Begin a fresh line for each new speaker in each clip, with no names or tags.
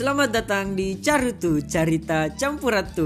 Selamat datang di Carutu, Carita Campuratu.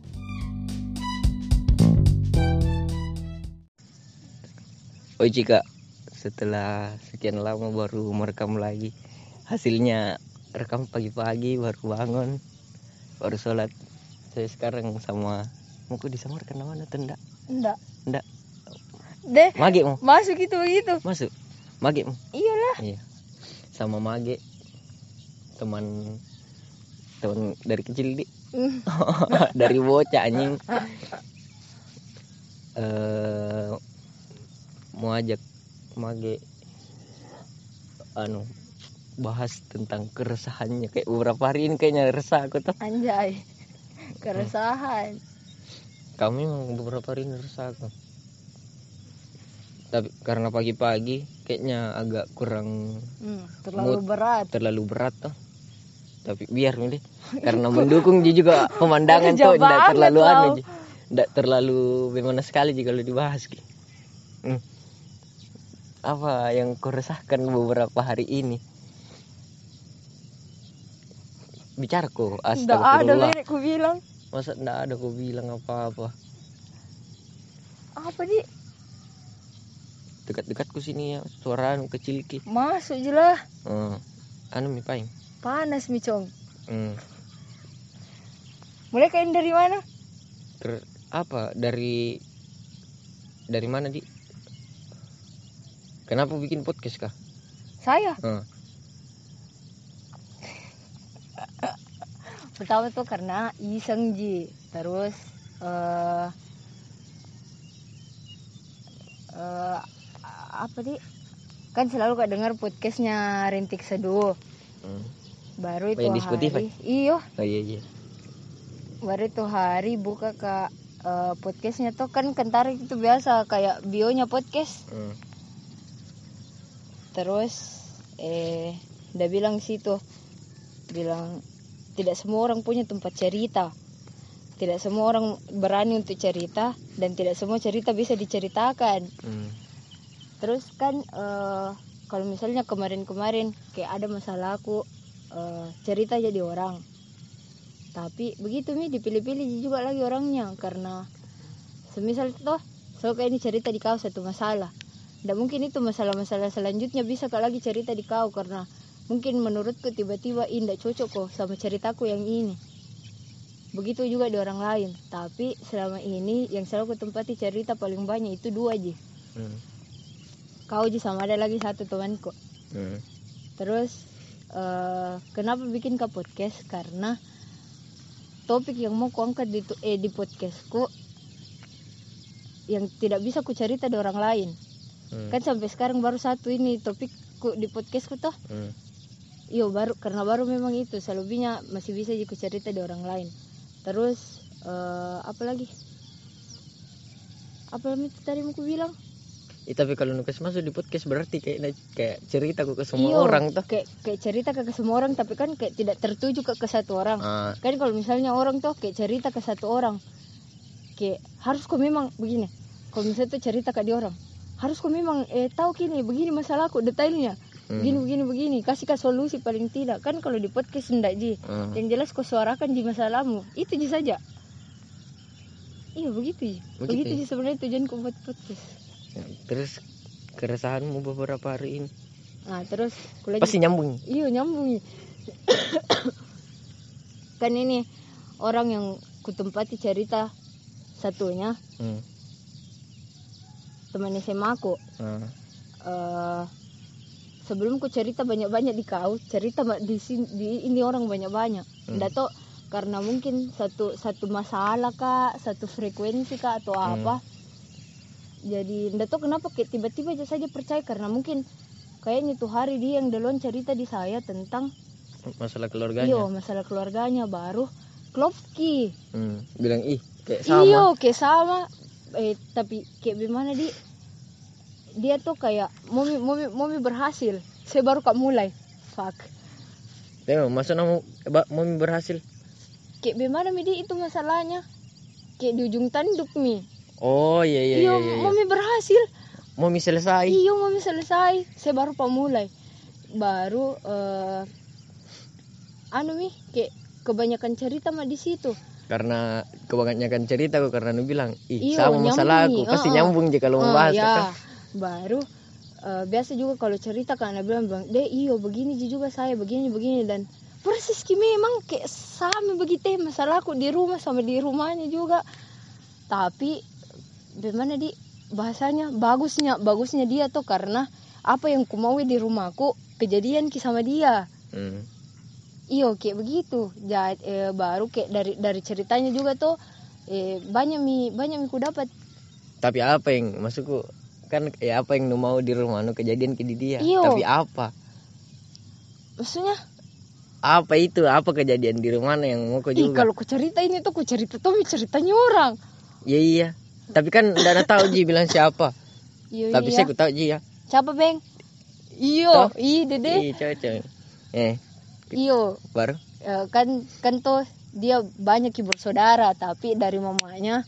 Oi Cika, setelah sekian lama baru merekam lagi. Hasilnya rekam pagi-pagi, baru bangun, baru sholat. Saya sekarang sama muku disamarkan mana tuh enggak? Enggak.
Deh.
Mage mu.
Masuk gitu begitu.
Masuk. Mage mu.
Iyalah.
Iya. Sama Mage. Teman dari kecil di. Dari bocah anjing. Mau ajak Mage bahas tentang keresahannya, kayak beberapa hari ini kayaknya resah aku tuh.
Anjay. Keresahan.
Kami memang beberapa hari ini resah aku. Tapi karena pagi-pagi kayaknya agak kurang terlalu berat tuh. Tapi biar nih, karena mendukung juga pemandangan tuh, tidak terlalu tidak terlalu bagaimana sekali jika kalau dibahas. Apa yang kau resahkan beberapa hari ini? Bicara kok, astagfirullah.
Nggak ada, ku bilang.
Masa nggak ada kau bilang apa-apa?
Apa di?
Dekat-dekatku sini ya, suara kecil ki.
Masuk je lah.
Mi paling.
Panas mi cong. Mulai kain dari mana?
Dari mana di? Kenapa bikin podcast kah?
Saya. Pertama tuh karena iseng ji. Terus apa di? Kan selalu kak dengar podcastnya Rintik Seduh. Baru itu
di Spotify?
Iyo.
Oh iya.
Baru itu hari buka kak podcastnya tuh kan Kentarik itu biasa kayak bionya podcast. Terus dia bilang situ, bilang tidak semua orang punya tempat cerita, tidak semua orang berani untuk cerita, dan tidak semua cerita bisa diceritakan. Terus kan kalau misalnya kemarin kayak ada masalah aku cerita jadi orang, tapi begitu nih dipilih-pilih juga lagi orangnya, karena semisal tuh kayak ini cerita di kau satu masalah, tidak mungkin itu masalah-masalah selanjutnya bisa kak lagi cerita di kau, karena mungkin menurutku tiba-tiba tidak cocok kok sama ceritaku yang ini. Begitu juga di orang lain. Tapi selama ini yang selalu kutempati cerita paling banyak itu 2 aja. Kau aja sama ada lagi satu temanku. Terus kenapa bikin ke podcast? Karena topik yang mau kuangkat di podcastku yang tidak bisa ku cerita di orang lain. Kan sampai sekarang baru satu ini topikku di podcastku toh. Iyo karena baru memang itu selebihnya masih bisa ku cerita di orang lain. Terus apa lagi? Apa itu tadi mau ku bilang?
Tapi kalau nukas masuk di podcast berarti kayak cerita ke semua orang tuh.
Kayak cerita ke semua orang, tapi kan kayak tidak tertuju ke satu orang. Kan kalau misalnya orang tuh kayak cerita ke satu orang, kayak harus kok memang begini. Kalau misalnya tuh cerita ke dia orang, harus kok memang tahu gini begini masalahku detailnya. Begini kasih solusi paling tidak. Kan kalau di podcast enggak ji. Yang jelas kau suarakan di masalahmu. Itu saja. Iya begitu ji sebenarnya tujuanku buat podcast.
Terus keresahanmu beberapa hari ini?
Terus
pasti nyambung.
Iya nyambung. Kan ini orang yang kutempati cerita satunya teman SMA aku. Sebelum ku cerita banyak-banyak di kau, cerita di ini orang banyak-banyak. Nggak tahu karena mungkin satu masalah kak, satu frekuensi kak atau apa. Jadi nggak tahu kenapa kayak tiba-tiba aja saja percaya, karena mungkin kayaknya tuh hari dia yang duluan cerita di saya tentang
masalah keluarganya.
Iya, masalah keluarganya baru Klopski.
Bilang kayak sama.
Iya, kayak sama. Tapi kayak gimana dia tuh kayak momi berhasil. Saya baru kak mulai. Fuck.
Masa momi berhasil?
Kayak gimana itu masalahnya? Kayak di ujung tanduk mi.
Oh iya.
Momi berhasil.
Momi selesai.
Iya, momi selesai. Saya baru mulai. Baru kayak kebanyakan cerita mah di situ.
Karena kebanyakan cerita kok, karena nu bilang
Iyo,
sama masalahku
nyambung,
pasti nyambung je kalau membahas
ya.
kan.
Baru biasa juga kalau cerita kan Ana bilang deh iyo begini juga saya begini dan persis memang kayak sama begitu masalahku di rumah sama di rumahnya juga. Tapi bagaimana di bahasanya bagusnya dia tuh karena apa yang ku mau di rumahku kejadian sama dia. Iyo kayak begitu. Baru kayak dari ceritanya juga tuh banyak mi ku dapat.
Tapi apa yang maksudku kan apa yang nu mau di rumah nu kejadian ke dia.
Iyo.
Tapi apa?
Maksudnya?
Apa itu? Apa kejadian di rumah yang mau juga?
Kalau ku cerita ini tuh ku cerita tuh ceritanya orang.
Iya. Tapi kan enggak tahu Ji bilang siapa.
Iyo,
tapi saya ku tahu Ji ya.
Siapa, Beng? Iyo, Dede.
Cocok.
Iyo.
Baru?
Kan tuh dia banyak bersaudara, tapi dari mamanya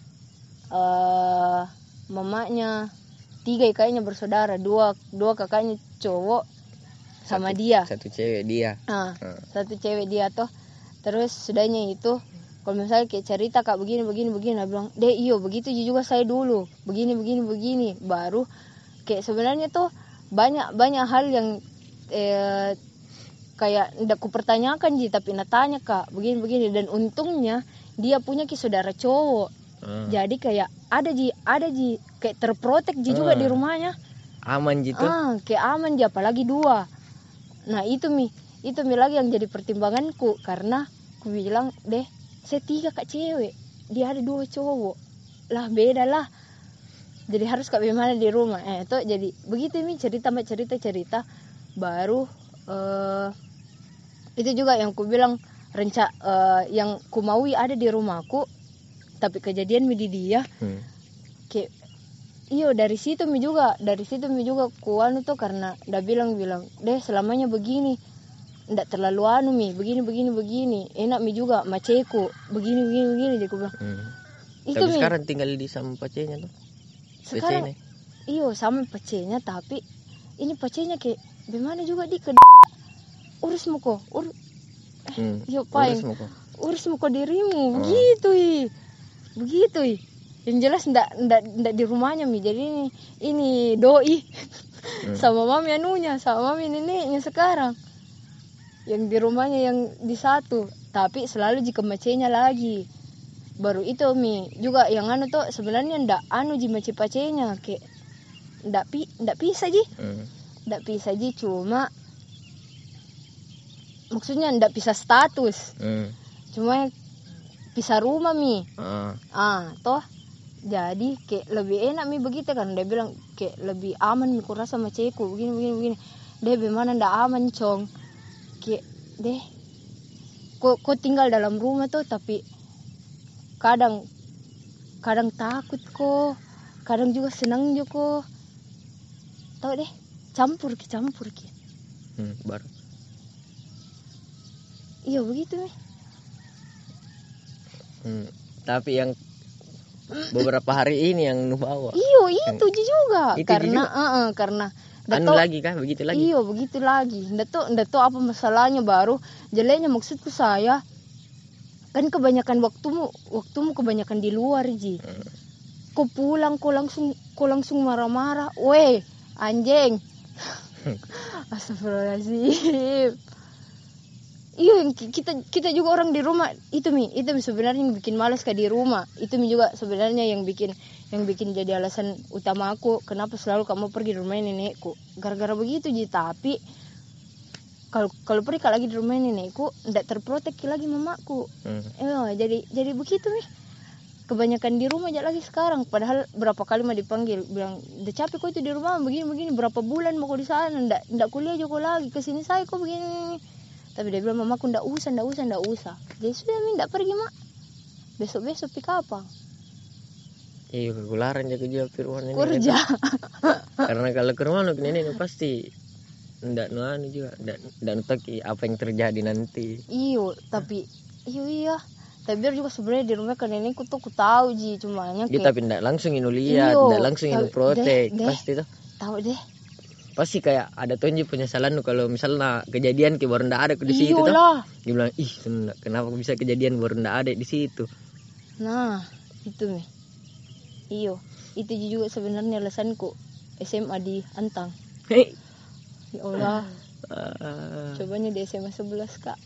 3 kayaknya bersaudara, 2 kakaknya cowok sama dia.
Satu cewek dia.
Satu cewek dia tuh. Terus sudahnya itu kalau misalnya kayak cerita Kak begini dia bilang, "Deh, iyo begitu juga saya dulu. Begini." Baru kayak sebenarnya tuh banyak hal yang kayak ndak ku pertanyakan tapi natanya Kak begini dan untungnya dia punya saudara cowok. Jadi kayak ada kayak terprotek juga di rumahnya.
Aman gitu.
Kayak aman apalagi 2. Nah, itu lagi yang jadi pertimbanganku karena ku bilang, "Deh, saya 3 Kak cewek. Dia ada 2 cowok. Lah beda lah. Jadi harus Kak bagaimana di rumah." Itu jadi begitu cerita. Baru itu juga yang ku bilang yang ku maui ada di rumahku tapi kejadian di dia. Kayak dari situ mi juga ku anu tuh karena udah bilang deh selamanya begini ndak terlalu mi begini enak mi juga maceku begini jadi ku bilang. Itu
tapi sekarang tinggal di sama pacenya tuh
sekarang sama pacenya tapi ini pacenya kayak bagaimana juga di urus muko urus muko dirimu begitu yang jelas ndak di rumahnya mi. Jadi ini doi sama mami sama mami neneknya sekarang yang di rumahnya yang di satu tapi selalu jika macenya lagi. Baru itu mi juga yang anu tuh sebenarnya ndak ji mace pacenya kayak ndak bisa ji cuma maksudnya ndak bisa status. Cuma pisah rumah mi. Toh jadi kayak lebih enak mi begitu kan dia bilang kayak lebih aman mi kurasa sama ceku begini. Deh bagaimana ndak aman cong. Kayak deh kok tinggal dalam rumah tuh tapi kadang takut kok. Kadang juga senang juga. Tahu deh campur ki.
Baru.
Iya begitu mi.
Tapi yang beberapa hari ini yang nu bawa.
Iyo itu juga
itu
karena
juga.
Karena
anu lagi kah begitu lagi.
Iyo begitu lagi. Ndak tahu apa masalahnya baru jeleknya maksudku saya kan kebanyakan waktumu kebanyakan di luar ji. Kau pulang kau langsung marah-marah. Weh anjing. Astagfirullahaladzim. Iya kita juga orang di rumah itu sebenarnya yang bikin malas di rumah. Itu juga sebenarnya yang bikin jadi alasan utama aku kenapa selalu kamu pergi di rumah nenekku. Gara-gara begitu ji. Tapi kalau pergi lagi di rumah nenekku ndak terprotek lagi mamaku. Jadi begitu nih. Kebanyakan di rumah aja lagi sekarang. Padahal berapa kali mah dipanggil bilang udah capek kok itu di rumah begini berapa bulan mau kok di sana ndak kuliah juga lagi kesini saya kok begini. Tapi dia bilang mamaku ndak usah. Jadi sudah ndak pergi mak. Besok pi kapan?
Iya kegularan jaga juga firman ini.
Kerja.
Karena kalau ke rumah nenek pasti ndak nuanu juga ndak nutaki apa yang terjadi nanti. Iya. Tapi biar juga sebenarnya di rumah kan nenekku tuh ku tahu ji cumanya kayak. Tapi ndak langsung inu lihat, ndak langsung inu protek pasti tuh.
Tahu deh.
pasti kayak ada tonji penyesalan kalau misalnya kejadian ke baru ndak ada di situ tuh.
Iyalah.
Dia bilang ih kenapa bisa kejadian baru ndak ada di situ.
Nah itu nih. Iyo, itu juga sebenarnya alasanku SMA di Antang.
Hei.
Ya Allah, cobanya di SMA 11 kak.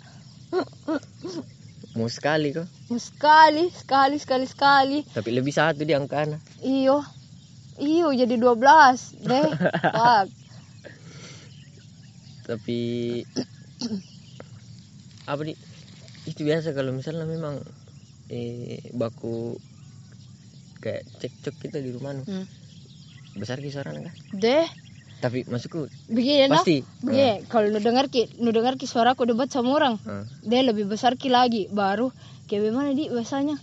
Mau sekali kok.
Mau sekali.
Tapi lebih satu di angkana.
Iyo jadi 12 deh. Fuck.
Tapi apa nih? Itu biasa kalau misalnya memang baku kayak cekcok kita di rumah besar kisaran kan?
Deh.
Tapi maksudku
begini
pasti.
Begini, kalau nu dengar ki suaraku debat sama orang, dia lebih besar ki lagi. Baru kayak bagaimana di biasanya?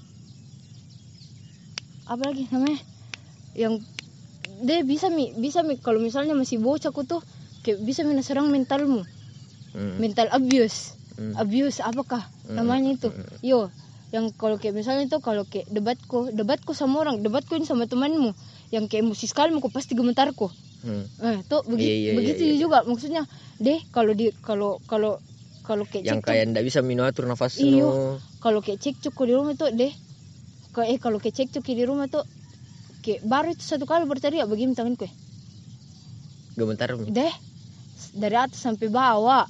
Apa lagi namanya? Yang dia bisa mi kalau misalnya masih bocah ku tuh kayak bisa serang mentalmu. Mental abuse. Abuse apakah namanya itu? Yo, yang kalau kayak misalnya itu kalau kayak debatku sama orang, debatku ini sama temanmu yang kayak emosi sekali mau pasti gemetarku. Tuh begitu juga maksudnya. Deh kalau kayak
yang kayak ndak bisa atur nafas.
Iyo, kalau kayak cekcok di rumah tuh deh. Kalau kayak cekcok di rumah tuh kayak baru itu satu kali berteriak begini tanganku.
Gemetar.
Deh. Dari atas sampai bawah.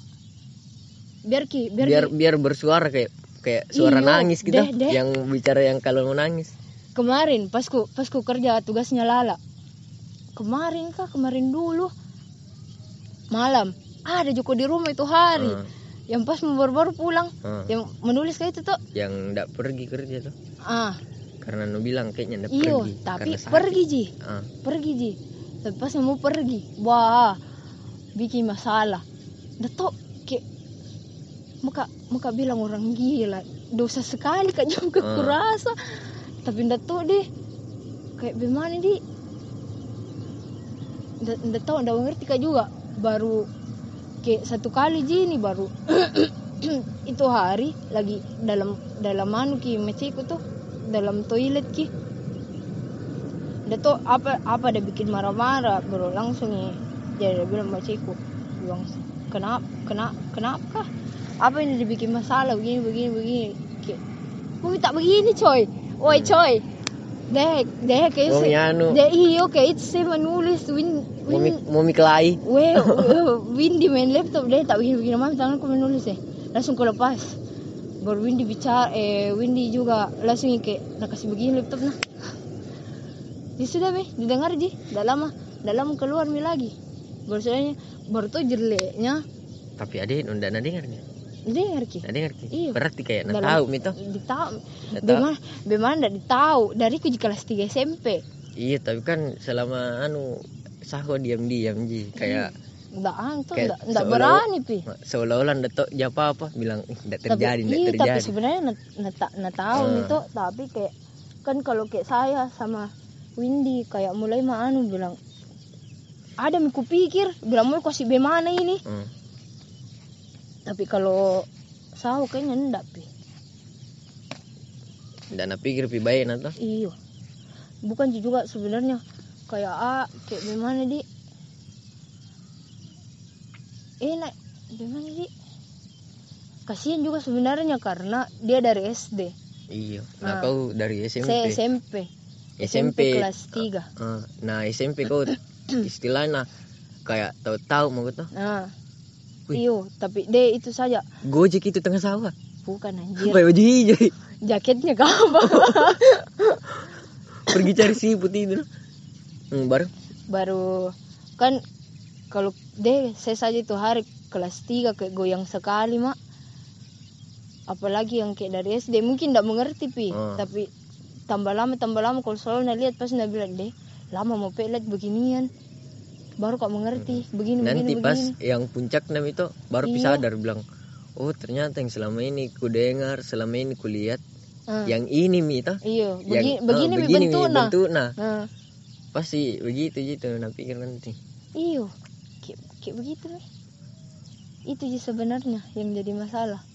Biar bersuara kayak suara nangis gitu. Yang bicara yang kalau mau nangis.
Kemarin pasku kerja tugasnya Lala. Kemarin dulu malam ada Joko di rumah itu hari. Yang pas mau baru pulang, yang menulis kayak itu tuh.
Yang ndak pergi kerja tuh. Karena nu bilang kayaknya ndak pergi.
Tapi pergi ji. Tapi pas mau pergi, wah, bikin masalah. Dato kayak muka bilang orang gila, dosa sekali kak juga kurasa. Tapi dato deh, kayak bagaimana di? Ndak tahu, ndak ngerti kak juga. Baru kayak satu kali ji nih baru itu hari lagi dalam anu ki meciku tuh dalam toilet ki. Dato apa ada bikin marah-marah baru langsung nih jadi dia bilang meciku bilang kenapa apa ini dibikin masalah begini kayak mau minta begini coy. Woi coy. Deh kayak iyo kayak itu saya menulis
mau miklai.
Windy main laptop deh tak begini mama tanganku menulis langsung ku lepas. Baru Windy bicara Windy juga langsung kayak nak kasih begini laptop nah. Ya sudah didengar ji, dah lama keluar lagi. Baru tuh jeleknya.
Tapi adik ndak dengar nih.
Dengar ki.
Iya. Berarti kayak ndak tahu mito.
Ditahu. Bagaimana ndak ditahu dari ku kelas 3 SMP.
Iya, tapi kan selama saho diam-diam ji kayak
ndak berani pi.
Seolah-olah ndak tahu apa bilang ndak terjadi.
Tapi sebenarnya ndak tahu itu, tapi kayak kan kalau kayak saya sama Windy kayak mulai bilang ada miku pikir bilang mau kasih bagaimana ini. Tapi kalau sahu kayaknya ndak pi.
Ndak nak pikir pi baik nanti.
Iya. Bukan juga sebenarnya kayak bagaimana di? Enak bagaimana di? Kasihan juga sebenarnya karena dia dari SD.
Iya. Nah kau dari SMP.
Saya SMP kelas 3.
Nah SMP kau istilahnya kayak tahu mau gitu.
Iyo, tapi deh itu saja.
Gojek itu tengah sawah.
Bukan anjir.
Pakai baju hijau.
Jaketnya kamu.
Pergi cari siput itu. Baru
kan kalau deh saya saja itu hari kelas 3 kayak goyang sekali mak. Apalagi yang kayak dari SD mungkin tidak mengerti pi. Tapi tambah lama kalau soalnya lihat pas bilang deh lama mau pelet beginian. Baru kok mengerti begini.
Nanti pas yang puncak itu baru bisa sadar bilang, oh ternyata yang selama ini ku dengar, selama ini ku lihat, yang ini mito.
Iya, begini bentuknya.
Pasti begitu nak pikir nanti.
Iya, kayak begitu nih. Itu sih sebenarnya yang jadi masalah.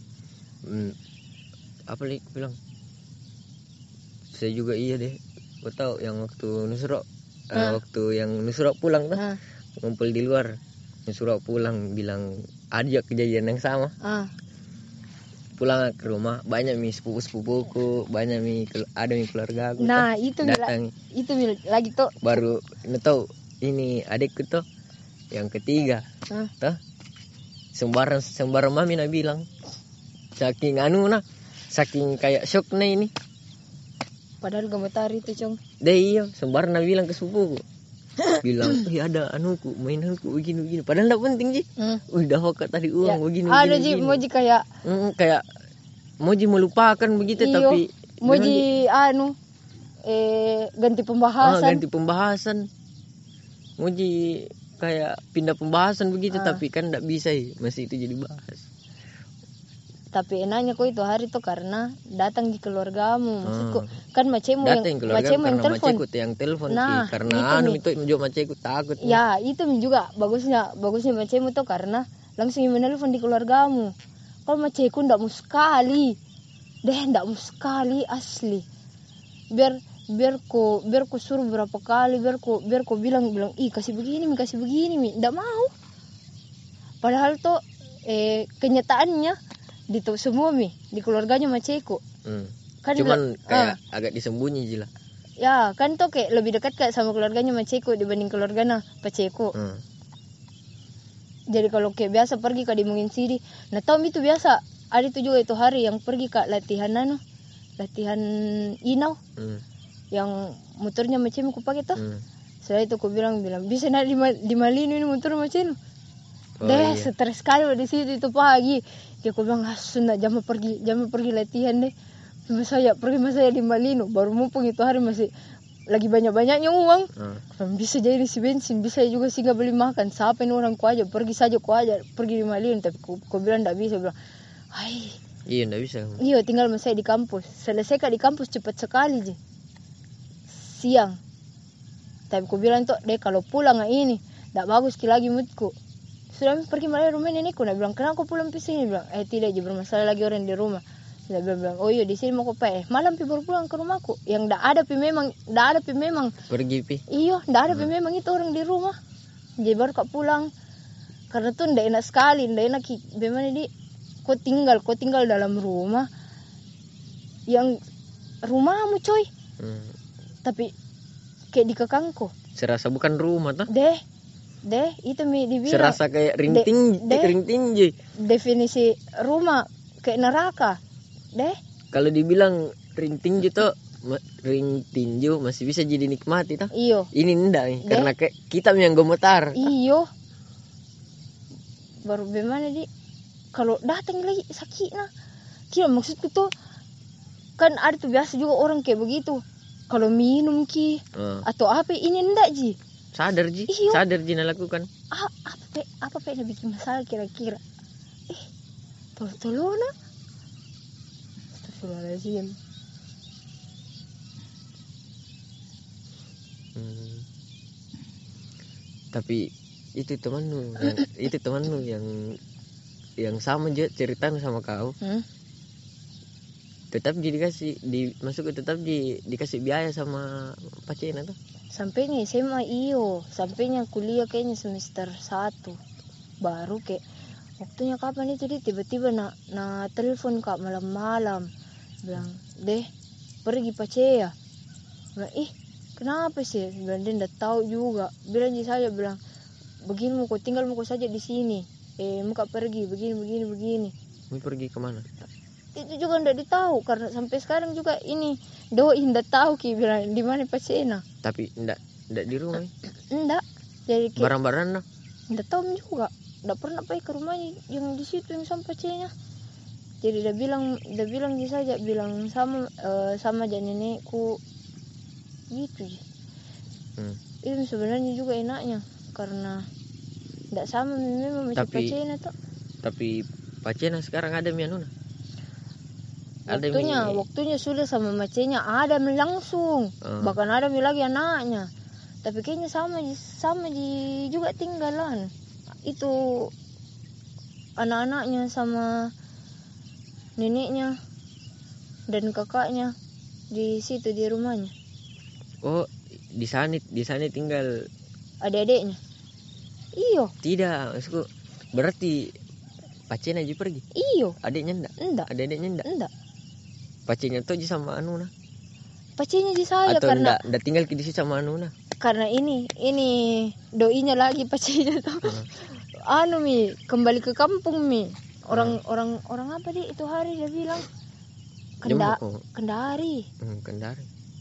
Apa lagi bilang? Saya juga iya deh. Kau tahu yang waktu Nusro. Waktu yang Nusro pulang tuh ngumpul di luar, suruh pulang, bilang ada kejadian yang sama. Pulang ke rumah banyak sepupu-sepupuku, banyak ada keluarga aku.
Nah itu
datang
itu lagi tuh
baru tahu ini adikku tuh yang ketiga tuh sembarang mami nak bilang saking saking kayak shock ini.
Padahal gemetar itu cong.
Deh iya sembarang nak bilang ke sepupuku. Bilang ada mainanku begini padahal enggak penting Ji. Udah hokat tadi uang begini.
Ada Ji moji kayak
moji melupakan begitu. Iyo, tapi
moji ganti
pembahasan. Moji kayak pindah pembahasan begitu tapi kan enggak bisa masih itu jadi bahas.
Tapi enaknya kok itu hari tuh karena datang di keluargamu. Maksudku kan macemu yang
telepon sih karena itu juga macemu takut.
Ya, itu juga bagusnya macemu tuh karena langsung menelpon di keluargamu. Kalau maceku ndak mau sekali. Ndak mau sekali asli. Biar ku suruh berapa kali, biar ku bilang kasih begini mi, ndak mau. Padahal tuh kenyataannya di semua di keluarganya maceku. Kan
cuman kayak agak disembunyi Jila.
Ya kan tuh kayak lebih dekat kayak sama keluarganya maceku dibanding keluarganya paceku. Jadi kalau kayak biasa pergi ke dimungin sini, nah Tom itu biasa ada itu juga itu hari yang pergi ke latihan inau yang motornya macam aku pakai tuh. Saya itu aku bilang bisa nak di Malino ini motor macam deh stres sekali di situ itu pagi. Dia aku bilang sudah jam pergi latihan deh. Masa saya di Malino baru mumpung itu hari masih lagi banyak-banyaknya uang. Bisa jadi isi bensin, bisa juga sih nggak beli makan. Siapa ini orang ku aja pergi di Malino. Tapi ku bilang nggak bisa, bilang
iya nggak bisa.
Iya tinggal saya di kampus. Selesai di kampus cepat sekali je siang. Tapi ku bilang tuh deh kalau pulang ini nggak bagus lagi moodku. Sudah pergi malah rumah nenekku. Dia bilang kenapa aku pulang ke sini? Bilang tidak, bermasalah lagi orang di rumah. Dia bilang oh iya di sini mau kopi. Malam baru pulang ke rumahku. Yang ndak ada memang.
Pergi pi.
Iya ndak ada memang itu orang di rumah. Jadi baru kak pulang. Karena tuh ndak enak sekali, ndak enak bagaimana di. Kau tinggal dalam rumah yang rumahmu coy. Tapi kayak dikekangku.
Serasa bukan rumah tuh.
Deh itu dibilang
serasa kayak rinting je.
Definisi rumah kayak neraka. Deh
kalau dibilang rinting tuh rintinju masih bisa jadi nikmati toh.
Iyo.
Ini enggak nih karena kayak kita yang gemetar.
Iyo. Baru bagaimana di kalau datang lagi sakit nah. Kira maksudku tuh kan ada tuh biasa juga orang kayak begitu. Kalau minum atau apa ini enggak ji.
Sadar ji lakukan.
Apa yang bikin masalah kira-kira? Tolong nah. Astagfirullahaladzim.
Tapi itu temanmu yang sama aja ceritanya sama kau. Tetap dikasih biaya sama pacena tuh.
Sampainya SMA sampainya kuliah kayaknya semester 1. Baru kayak waktunya kapan itu dia tiba-tiba na telepon kak malam-malam. Bilang, "Deh, pergi Pacea." Bilang, kenapa sih? Bilang dia enggak tahu juga. Bilang saja bilang, "Begini mau tinggal saja di sini. Muka pergi begini."
Mau pergi kemana?
Itu juga enggak ditahu karena sampai sekarang juga ini doi enggak tahu bilang di mana Pacena.
Tapi enggak di rumah.
Enggak. Jadi
barang-barang nah.
Enggak tahu juga. Enggak pernah pergi ke rumahnya yang di situ yang sama Pacena. Jadi dia bilang saja bilang sama aja nenekku gitu. Itu sebenarnya juga enaknya karena enggak sama memang macam Pacena tuh.
Tapi Pacena sekarang ada mianuna.
Waktunya sudah sama macenya ada langsung. Bahkan ada lagi anaknya. Tapi kayaknya sama juga tinggalan. Itu anak-anaknya sama neneknya dan kakaknya di situ di rumahnya.
Oh, di sana tinggal
adik-adiknya. Iyo.
Tidak, maksudku berarti pacenya aja pergi.
Iyo.
Adiknya enggak?
Enggak.
Ada adiknya enggak?
Enggak.
Pacenya tuh aja sama Anuna.
Pacenya di saya
Atau
karena
enggak tinggal di situ sama Anuna.
karena ini doinya lagi pacenya tuh. Anu mi kembali ke kampung mi. Orang apa dia itu hari dia bilang Kendari.
Kendari.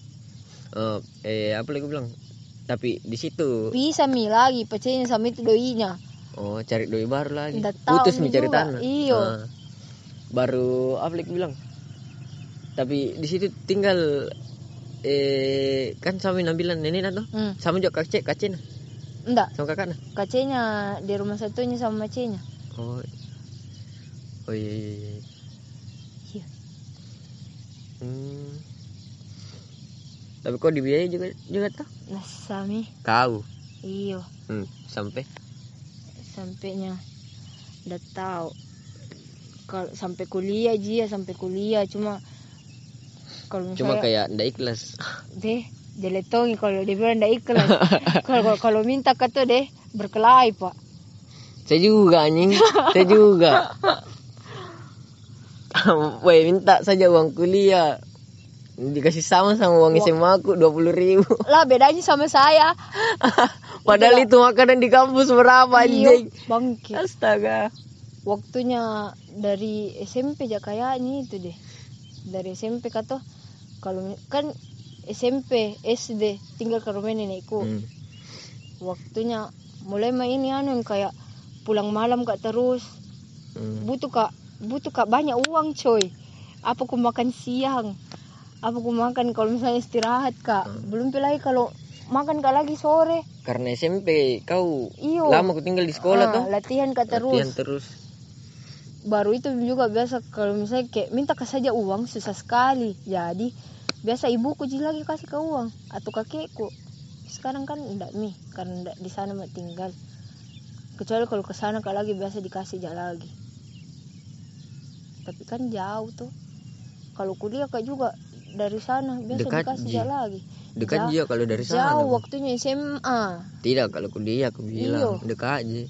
Apa lagi bilang? Tapi di situ
Bisa mi lagi pacenya sama itu doinya.
oh cari doi baru lagi.
Nggak tahu
Putus mi cari
juga.
tanah.
Iyo.
Baru apa lagi bilang? Tapi di situ tinggal kan sama bilang nenek tuh. Sama juga kakeknya.
Enggak,
Sama kakaknya.
kakeknya di rumah satunya sama macenya.
Oh. Oh iya.
Iya.
Tapi kok dibiayai juga tuh?
Nah, sami.
Kau.
Iyo, sampainya udah tahu. Kalau sampai kuliah sampai kuliah cuma kalau
Cuma
misalnya
kayak ndak ikhlas.
deh jeletongi kalau dia bilang ndak ikhlas. kalau minta kata deh berkelahi pak.
Saya juga anjing. Saya juga. Woi minta saja uang kuliah. Dikasih sama uang SMA aku 20.000.
Lah bedanya sama saya.
Padahal itu makanan di kampus berapa anjing?
Bangke.
Astaga.
Waktunya dari SMP aja kayaknya itu deh. Dari SMP kata kalau kan SMP SD tinggal ke rumah nenekku. Waktunya mulai main ini yang kayak pulang malam kak terus. Butuh kak banyak uang coy. Apa ku makan siang? Apa ku makan kalau misalnya istirahat kak? Belum lagi kalau makan kak lagi sore.
Karena SMP kau
Iyo.
lama aku tinggal di sekolah tuh.
Latihan kak terus.
Latihan terus.
Baru itu juga biasa kalau misalnya kayak minta saja uang susah sekali. Jadi biasa ibuku jadi lagi kasih ke uang atau kakekku. Sekarang kan enggak nih karena enggak di sana mau tinggal. Kecuali kalau ke sana kak lagi biasa dikasih aja lagi. Tapi kan jauh tuh. Kalau kuliah kak juga dari sana biasa
Dekat
dikasih aja lagi.
Dekat juga kalau dari sana.
Jauh waktunya SMA.
Tidak kalau kuliah aku bilang dekat aja.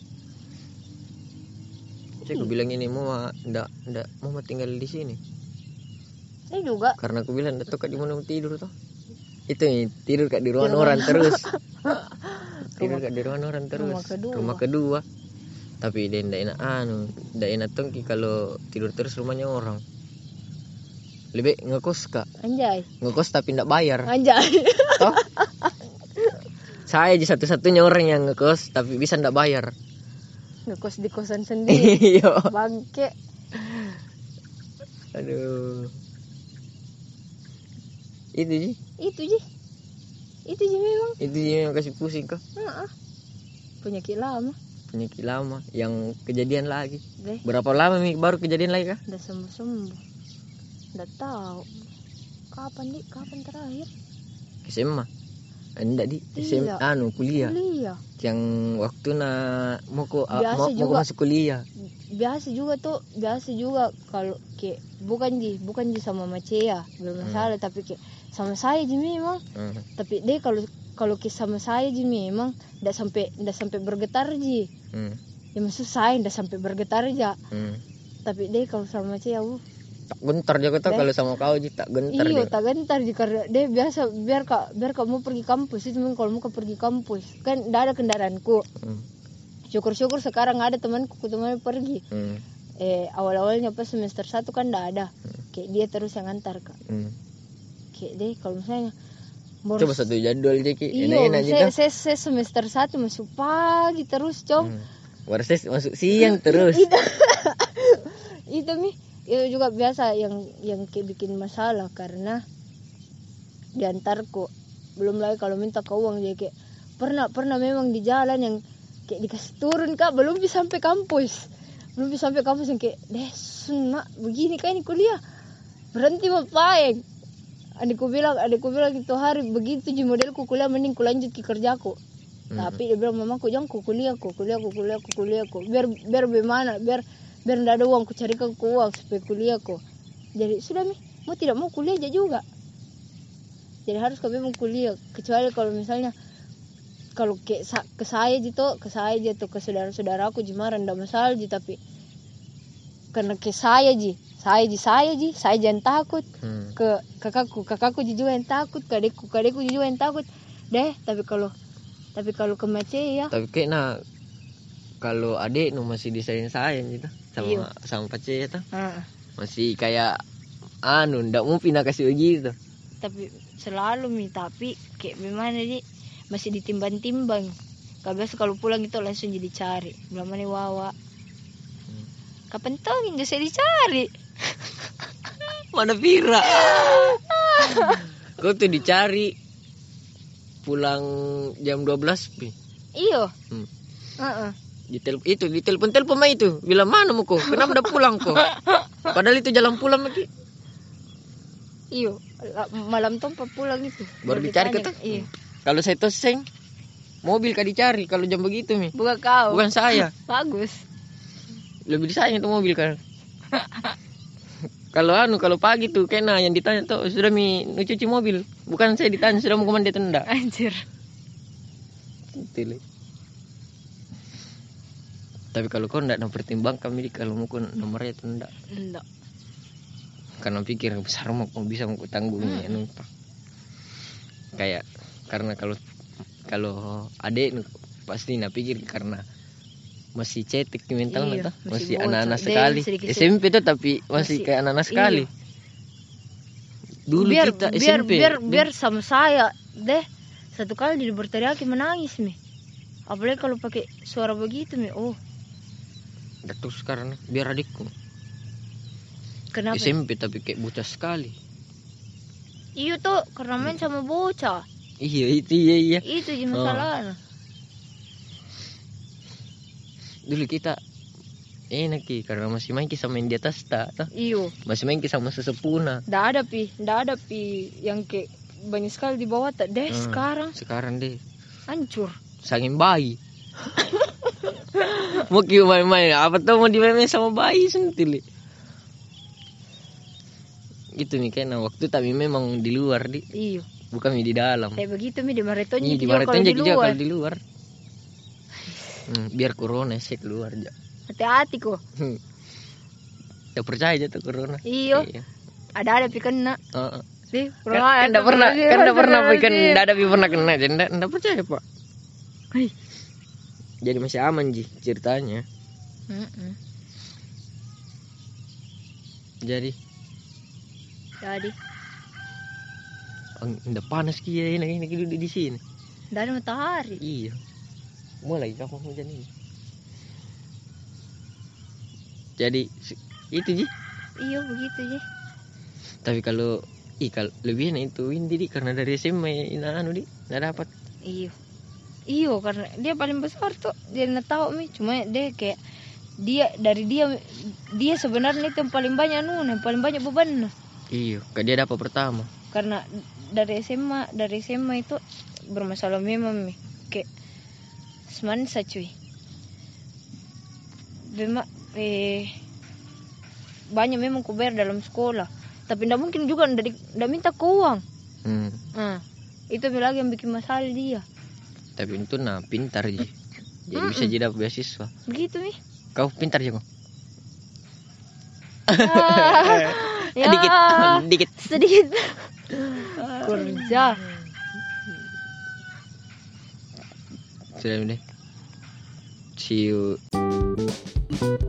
Saya aku bilang ini mau enggak mau tinggal di sini.
Saya juga.
Karena aku bilang enggak tahu di mana mau tidur tuh. Itu nih tidur di ruangan orang terus. Tidur di ruangan orang terus. Rumah kedua. Tapi dia enggak enak tongki kalau tidur terus rumahnya orang. Lebih ngekos kak.
Anjay.
Ngekos tapi enggak bayar.
Anjay.
Toh? Saya aja satu-satunya orang yang ngekos tapi bisa enggak bayar.
Ngekos di kosan sendiri.
Iya.
Bangke.
Aduh. Itu
memang.
Itu yang kasih pusing kok.
Penyakit lama.
Yang kejadian lagi.
Deh.
Berapa lama nih baru kejadian lagi kah?
Udah sembuh. Udah tahu. Kapan terakhir?
SMA. Enggak di
Iya.
kuliah. Yang waktu mau masuk kuliah.
Biasa juga kalau kayak bukan sama Macea belum masalah tapi kayak sama saya je memang. Tapi deh kalau kayak sama saya je memang enggak sampai bergetar je. Ya maksud saya enggak sampai bergetar aja. Tapi deh kalau sama Macea
tak gentar juga tuh kalau sama kau je tak gentar.
Iya, tak gentar je karena dia biasa biar kak mau pergi kampus itu memang kalau mau pergi kampus kan enggak ada kendaraanku. Syukur-syukur sekarang ada temanku pergi. Awal-awalnya pas semester 1 kan enggak ada. Kayak dia terus yang antar kak. Kayak deh kalau misalnya
coba satu jadwal aja ki.
Iya, saya semester 1 masuk pagi terus
Baru saya masuk siang terus.
Itu nih itu juga biasa yang kayak bikin masalah karena diantarku belum lagi kalau minta ke uang dia kayak pernah memang di jalan yang kayak dikasih turun kak belum bisa sampai kampus yang kayak deh nak begini kan ini kuliah berhenti bapak adikku bilang itu hari begitu di modelku kuliah mending ku lanjut ke kerjaku. Tapi dia bilang mamaku jangan ku kuliah biar bagaimana biar enggak ada uang ku carikan ku uang supaya kuliah ku. Jadi sudah mau tidak mau kuliah aja juga. Jadi harus kami memang kuliah kecuali kalau misalnya kalau ke saya gitu, ke saudara-saudaraku jimaran ndak masalah ji, tapi karena ke saya jangan takut. Ke kakakku juga yang takut, kadekku juga yang takut deh. Tapi kalau ke Mace ya,
tapi kayaknya kalau adek nu masih disayang gitu sama pace itu masih kayak ndak mau pindah kasih begitu.
Tapi selalu tapi kayak gimana sih, masih ditimbang-timbang. Biasa kalau pulang itu langsung jadi cari. Belum mana Wawa. Kapan tahu nggak saya dicari?
Mana Vira? Kau tuh dicari pulang jam 12 pi.
Iyo.
Ditelepon mah itu. Bilang mana mau kau? Kenapa udah pulang kau? Padahal itu jalan pulang lagi.
Iyo. Malam tompa pulang itu.
Baru dicari ke tuh.
Iya.
Kalau saya toseng mobil kah dicari kalau jam begitu mi.
Bukan kau.
Bukan saya.
Bagus.
Lebih disayang itu mobil kan. Kalau pagi tuh kena yang ditanya tuh sudah cuci mobil. Bukan saya ditanya sudah mau kemana dia tenda.
Anjir.
Gitu. Tapi kalau kau ndak mempertimbangkan kalau mau nomornya itu ndak.
Ndak.
Karena pikir besar mau bisa mau tanggungnya numpang. Kayak karena kalau adek pasti nak pikir karena masih cetek mental
iya,
masih
bocah.
anak-anak sekali. SMP tuh tapi masih kayak anak-anak sekali.
Iya.
Dulu kita SMP.
Biar sama saya deh. Satu kali dia berteriak menangis mi. Apalagi kalau pakai suara begitu mi. Oh.
Datuk sekarang biar adikku.
Kenapa?
SMP tapi kayak bocah sekali.
Iya tuh karena main sama bocah.
Iya itu iya.
Itu aja masalahnya.
Dulu kita enak karena masih main sama yang di atas tak.
Iyo.
Masih main sama sesepuna.
Ndak ada pi yang kayak banyak sekali di bawah tak deh sekarang
deh
hancur.
Sangin bayi. Mau main-main apa tuh mau dimain sama bayi sendiri. Gitu nih kayaknya waktu tapi memang di luar di.
Iyo.
Bukan di dalam.
Kayak begitu mi di maratonnya
di maratonnya juga kalau di luar. Biar corona sih keluar aja.
Hati-hati kok.
Ya percaya aja tuh corona.
Iyo. Ada pi kena. Sih,
kan enggak pernah kena. Enggak percaya, Pak. Jadi masih aman ji ceritanya. Jadi udah panas kia ini duduk di sini.
Nggak ada matahari.
Iya. Mulai kapan hujan ini. Jadi itu ji.
Iya begitu ji.
Tapi kalau lebih enak itu Windy karena dari SMA di nggak dapat.
Iya karena dia paling besar tuh dia nggak tahu mi. Cuma dia kayak dia sebenarnya itu yang paling banyak yang paling banyak beban.
Iya, dia dapat pertama.
Karena dari SMA itu bermasalah memang mi. Kayak semansa cuy. Banyak memang kubayar dalam sekolah. Tapi ndak mungkin juga ndak minta ke uang. Itu lagi yang bikin masalah dia.
Tapi itu pintar ji. Jadi bisa jadi beasiswa.
Begitu nih.
Kau pintar ya kok.
Ya, sedikit. Kerja.
Sudah deh. See you.